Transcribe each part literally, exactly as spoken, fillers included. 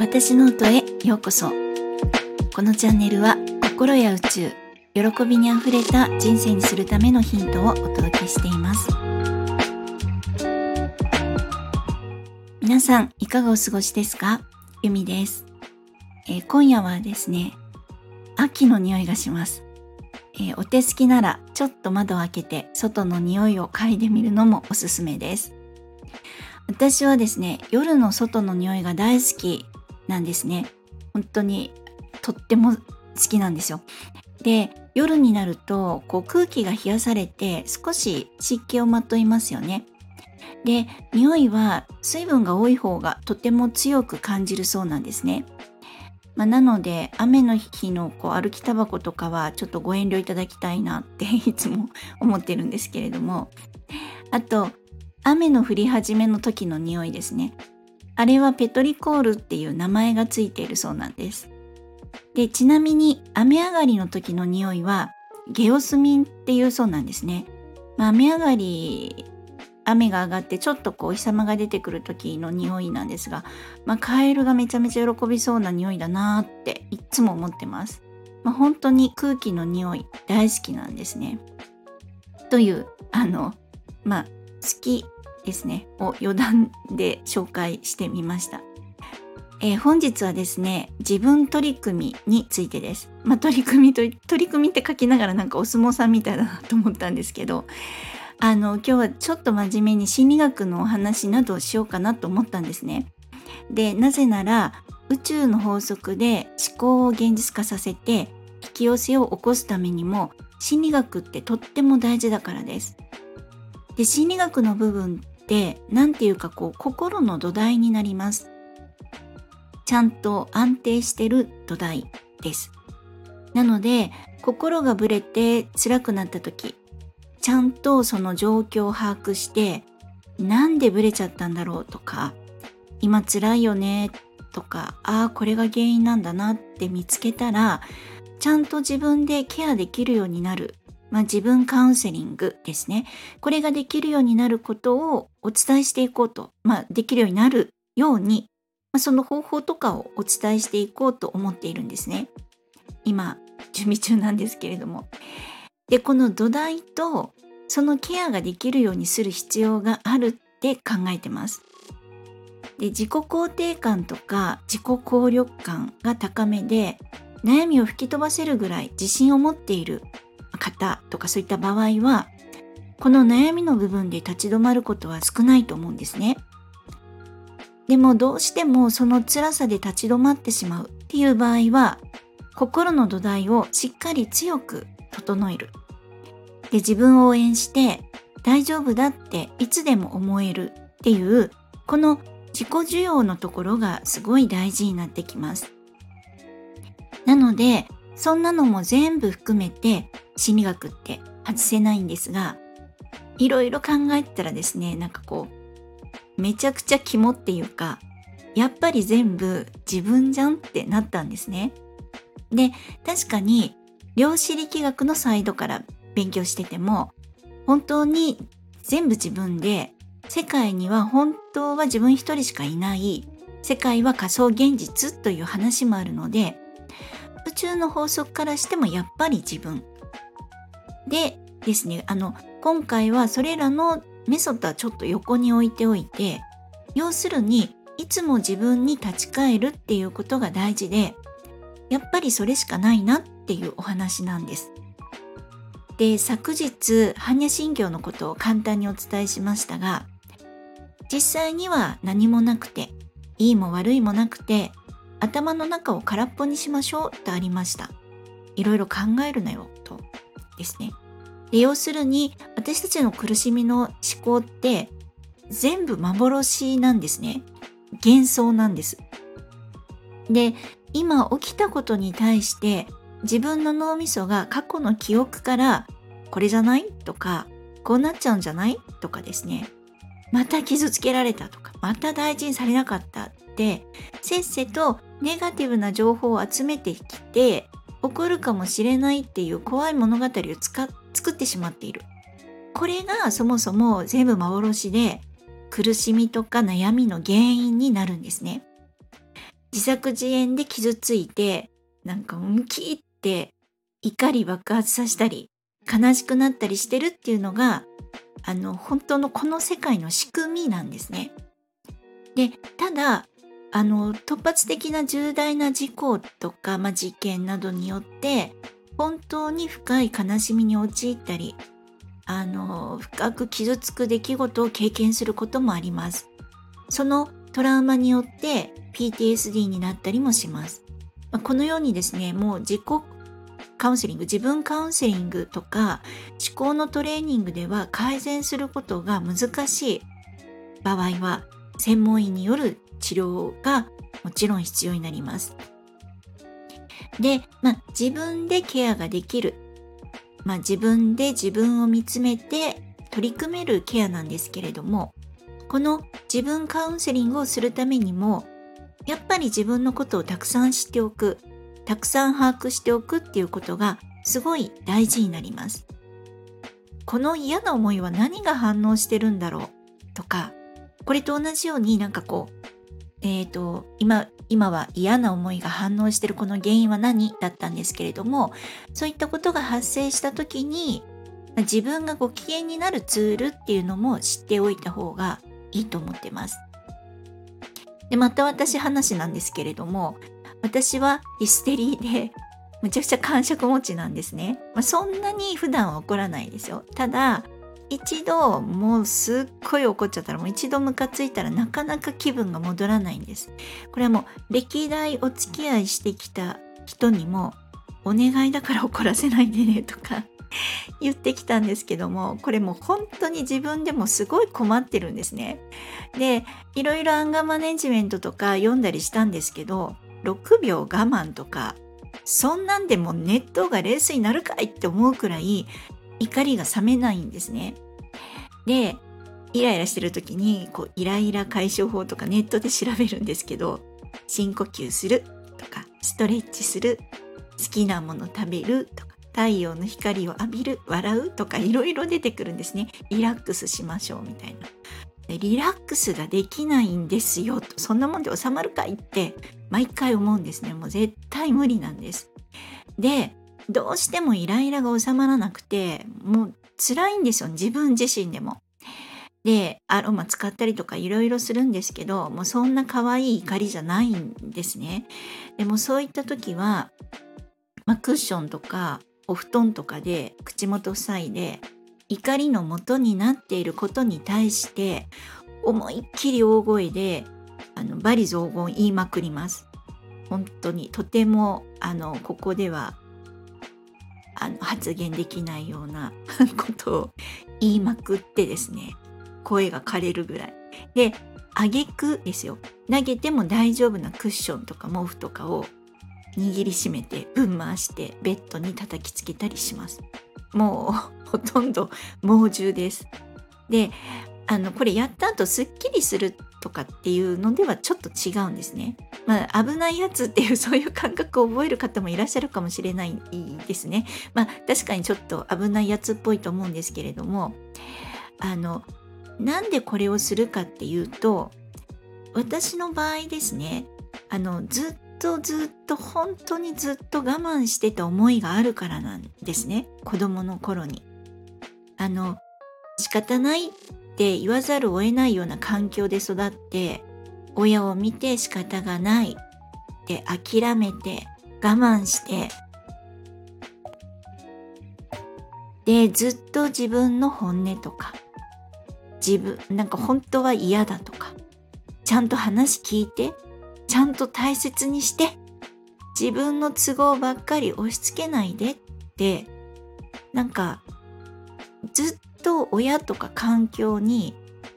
私ノートへようこそ。このチャンネルは心や宇宙、喜びにあふれた人生にするためのヒントをお届けしています。皆さんいかがお過ごしですか？ゆみです、えー、今夜はですね、秋の匂いがします。えー、お手すきならちょっと窓を開けて外の匂いを嗅いでみるのもおすすめです。私はですね、夜の外の匂いが大好きなんですね。本当にとっても好きなんですよ。で、夜になるとこう空気が冷やされて少し湿気をまといますよね。で、匂いは水分が多い方がとても強く感じるそうなんですね。まあ、なので雨の日のこう歩きタバコとかはちょっとご遠慮いただきたいなっていつも思ってるんですけれども、あと雨の降り始めの時の匂いですね。あれはペトリコールっていう名前がついているそうなんです。で、ちなみに雨上がりの時の匂いはゲオスミンっていうそうなんですね。まあ、雨上がり、雨が上がってちょっとこうお日様が出てくる時の匂いなんですが、まあ、カエルがめちゃめちゃ喜びそうな匂いだなっていつも思ってます。まあ、本当に空気の匂い大好きなんですね。というあのまあ好きですねを余談で紹介してみました。えー、本日はですね、自分取り組みについてです。まあ、取り組みと取り組みって書きながらなんかお相撲さんみたいだなと思ったんですけど、あの今日はちょっと真面目に心理学のお話などをしようかなと思ったんですね。で、なぜなら宇宙の法則で思考を現実化させて引き寄せを起こすためにも心理学ってとっても大事だからです。で、心理学の部分ってなんていうかこう心の土台になります。ちゃんと安定してる土台です。なので心がぶれて辛くなった時、ちゃんとその状況を把握してなんでぶれちゃったんだろうとか、今辛いよねとか、ああこれが原因なんだなって見つけたら、ちゃんと自分でケアできるようになる、まあ、自分カウンセリングですね。これができるようになることをお伝えしていこうと、まあ、できるようになるように、まあ、その方法とかをお伝えしていこうと思っているんですね。今準備中なんですけれども。で、この土台とそのケアができるようにする必要があるって考えてます。で、自己肯定感とか自己効力感が高めで悩みを吹き飛ばせるぐらい自信を持っている方とかそういった場合は、この悩みの部分で立ち止まることは少ないと思うんですね。でもどうしてもその辛さで立ち止まってしまうっていう場合は、心の土台をしっかり強く整える。で、自分を応援して大丈夫だっていつでも思えるっていうこの自己需要のところがすごい大事になってきます。なのでそんなのも全部含めて心理学って外せないんですが、いろいろ考えてたらですね、なんかこうめちゃくちゃ肝っていうか、やっぱり全部自分じゃんってなったんですね。で、確かに量子力学のサイドから勉強してても、本当に全部自分で、世界には本当は自分一人しかいない、世界は仮想現実という話もあるので、宇宙の法則からしてもやっぱり自分でですね、あの今回はそれらのメソッドはちょっと横に置いておいて、要するにいつも自分に立ち返るっていうことが大事で、やっぱりそれしかないなっていうお話なんです。で、昨日般若心経のことを簡単にお伝えしましたが、実際には何もなくて、いいも悪いもなくて、頭の中を空っぽにしましょうとありました。いろいろ考えるなよとですね。で、要するに私たちの苦しみの思考って全部幻なんですね。幻想なんです。で、今起きたことに対して自分の脳みそが過去の記憶からこれじゃないとか、こうなっちゃうんじゃないとかですね、また傷つけられたとか、また大事にされなかったってせっせとネガティブな情報を集めてきて起こるかもしれないっていう怖い物語をつか作ってしまっている。これがそもそも全部幻で苦しみとか悩みの原因になるんですね。 自作自演で傷ついて、なんかムキって怒り爆発させたり、悲しくなったりしてるっていうのが、あの、本当のこの世界の仕組みなんですね。で、ただ、あの、突発的な重大な事故とか、まあ、事件などによって、本当に深い悲しみに陥ったり、あの、深く傷つく出来事を経験することもあります。そのトラウマによって ピーティーエスディー になったりもします。まあ、このようにですね、もう自己カウンセリング、自分カウンセリングとか思考のトレーニングでは改善することが難しい場合は、専門医による治療がもちろん必要になります。で、まあ、自分でケアができる、まあ、自分で自分を見つめて取り組めるケアなんですけれども、この自分カウンセリングをするためにも、やっぱり自分のことをたくさん知っておく、たくさん把握しておくっていうことがすごい大事になります。この嫌な思いは何が反応してるんだろうとか、これと同じようになんかこう、えっと、今、今は嫌な思いが反応してるこの原因は何だったんですけれども、そういったことが発生した時に、自分がご機嫌になるツールっていうのも知っておいた方がいいと思ってます。で、また私話なんですけれども、私はヒステリーでむちゃくちゃ感触持ちなんですね。まあ、そんなに普段は怒らないですよ。ただ、一度もうすっごい怒っちゃったら、もう一度ムカついたらなかなか気分が戻らないんです。これはもう歴代お付き合いしてきた人にも、お願いだから怒らせないでねとか言ってきたんですけども、これもう本当に自分でもすごい困ってるんですね。で、いろいろアンガーマネジメントとか読んだりしたんですけど、ろくびょう我慢とか、そんなんでも熱湯がレースになるかいって思うくらい怒りが冷めないんですね。で、イライラしてる時にこうイライラ解消法とかネットで調べるんですけど、深呼吸するとか、ストレッチする、好きなもの食べるとか、太陽の光を浴びる、笑うとかいろいろ出てくるんですね。リラックスしましょうみたいな。で、リラックスができないんですよと、そんなもんで収まるかいって毎回思うんですね。もう絶対無理なんです。で、どうしてもイライラが収まらなくて、もう辛いんですよ、自分自身でも。で、アロマ使ったりとかいろいろするんですけど、もうそんな可愛い怒りじゃないんですね。でもそういった時は、まあ、クッションとかお布団とかで口元塞いで、怒りの元になっていることに対して思いっきり大声であの罵詈雑言言いまくります。本当にとてもあのここではあの発言できないようなことを言いまくってですね、声が枯れるぐらいで、挙句ですよ、投げても大丈夫なクッションとか毛布とかを握りしめてぶん回してベッドに叩きつけたりします。もうほとんど猛獣です。で、あのこれやった後すっきりするとかっていうのではちょっと違うんですね。まあ、危ないやつっていうそういう感覚を覚える方もいらっしゃるかもしれないですね。まあ確かにちょっと危ないやつっぽいと思うんですけれども、あのなんでこれをするかっていうと、私の場合ですね、あのずっとずっと本当にずっと我慢してた思いがあるからなんですね。子供の頃にあの仕方ないって言わざるを得ないような環境で育って、親を見て仕方がないって諦めて我慢して、でずっと自分の本音とか、自分なんか本当は嫌だとか、ちゃんと話聞いて、ちゃんと大切にして、自分の都合ばっかり押し付けないでって、なんかずっと親とか環境に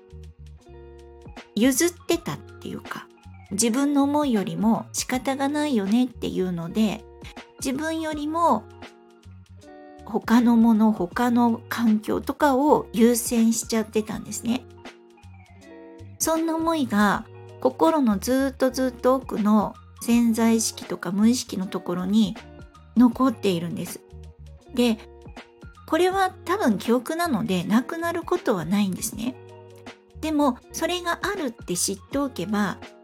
譲ってたっていうか、自分の思いよりも仕方がないよねっていうので、自分よりも他のもの、他の環境とかを優先しちゃってたんですね。そんな思いが心のずっとずっと奥の潜在意識とか無意識のところに残っているんです。で、これは多分記憶なのでなくなることはないんですね。でもそれがあるって知っておけば、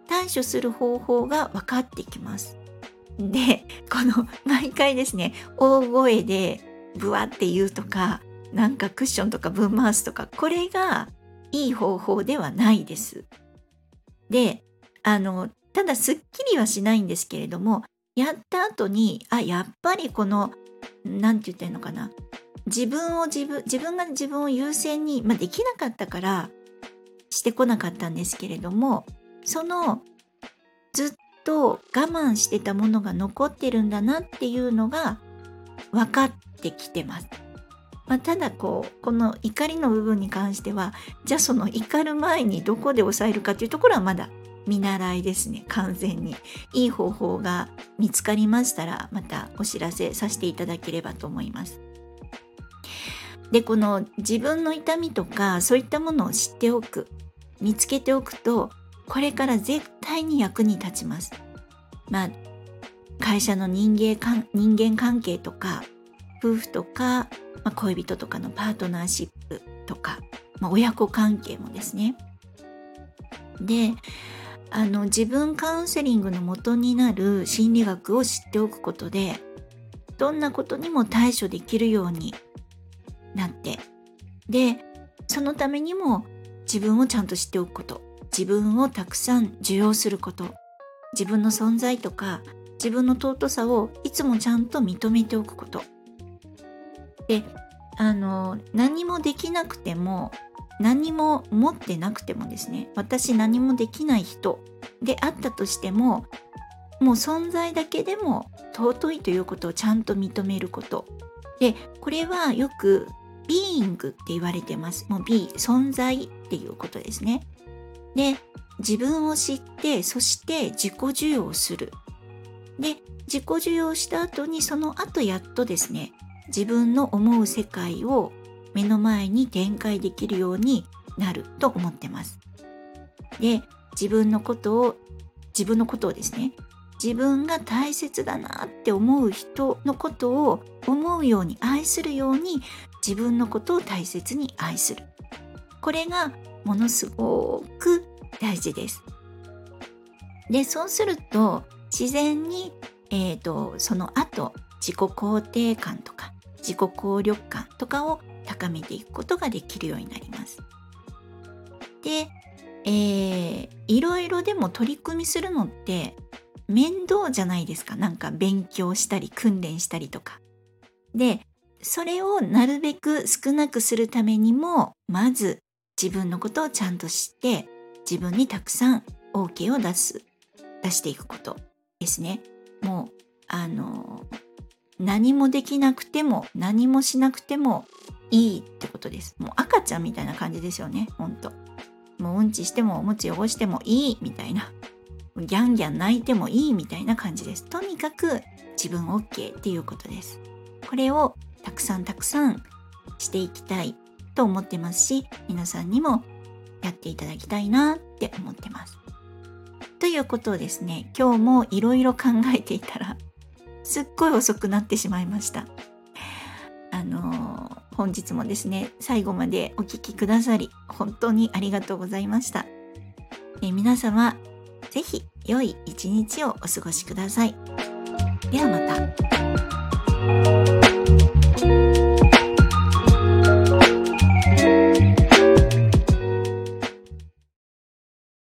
対処する方法が分かってきます。で、この毎回ですね、大声でブワって言うとか、なんかクッションとかぶん回すとか、これがいい方法ではないです。で、あの、ただすっきりはしないんですけれども、やった後に、あ、やっぱりこの、なんて言ってんのかな。自分を自分、自分が自分を優先に、まあ、できなかったからしてこなかったんですけれども、そのずっと我慢してたものが残ってるんだなっていうのが分かってきてます。まあ、ただこうこの怒りの部分に関しては、じゃあその怒る前にどこで抑えるかというところはまだ見習いですね。完全にいい方法が見つかりましたら、またお知らせさせていただければと思います。で、この自分の痛みとかそういったものを知っておく、見つけておくと、これから絶対に役に立ちます。まあ、会社の人間関人間関係とか、夫婦とか、まあ、恋人とかのパートナーシップとか、まあ、親子関係もですね。で、あの自分カウンセリングの元になる心理学を知っておくことで、どんなことにも対処できるようになって、で、そのためにも自分をちゃんと知っておくこと、自分をたくさん受容すること、自分の存在とか自分の尊さをいつもちゃんと認めておくこと。で、あの何もできなくても、何も持ってなくてもですね、私何もできない人であったとしても、もう存在だけでも尊いということをちゃんと認めること。で、これはよくビーイングって言われてます。もう be 存在っていうことですね。で、自分を知って、そして自己受容する。で、自己受容した後に、その後やっとですね、自分の思う世界を目の前に展開できるようになると思ってます。で、自分のことを、自分のことをですね、自分が大切だなって思う人のことを思うように愛するように、自分のことを大切に愛する。これがものすごく大事です。で、そうすると自然に、えーと、その後自己肯定感とか自己効力感とかを高めていくことができるようになります。で、えー、いろいろでも取り組みするのって面倒じゃないですか。なんか勉強したり訓練したりとか。で、それをなるべく少なくするためにも、まず自分のことをちゃんと知って、自分にたくさん OK を出す、出していくことですね。もう、あの、何もできなくても、何もしなくてもいいってことです。もう赤ちゃんみたいな感じですよね、ほんと。もううんちしてもおむつ汚してもいいみたいな。ギャンギャン泣いてもいいみたいな感じです。とにかく自分 OK っていうことです。これをたくさんたくさんしていきたいと思ってますし、皆さんにもやっていただきたいなって思ってます。ということをですね、今日もいろいろ考えていたらすっごい遅くなってしまいました。あのー、本日もですね、最後までお聞きくださり本当にありがとうございました。えー、皆様ぜひ良い一日をお過ごしください。ではまた。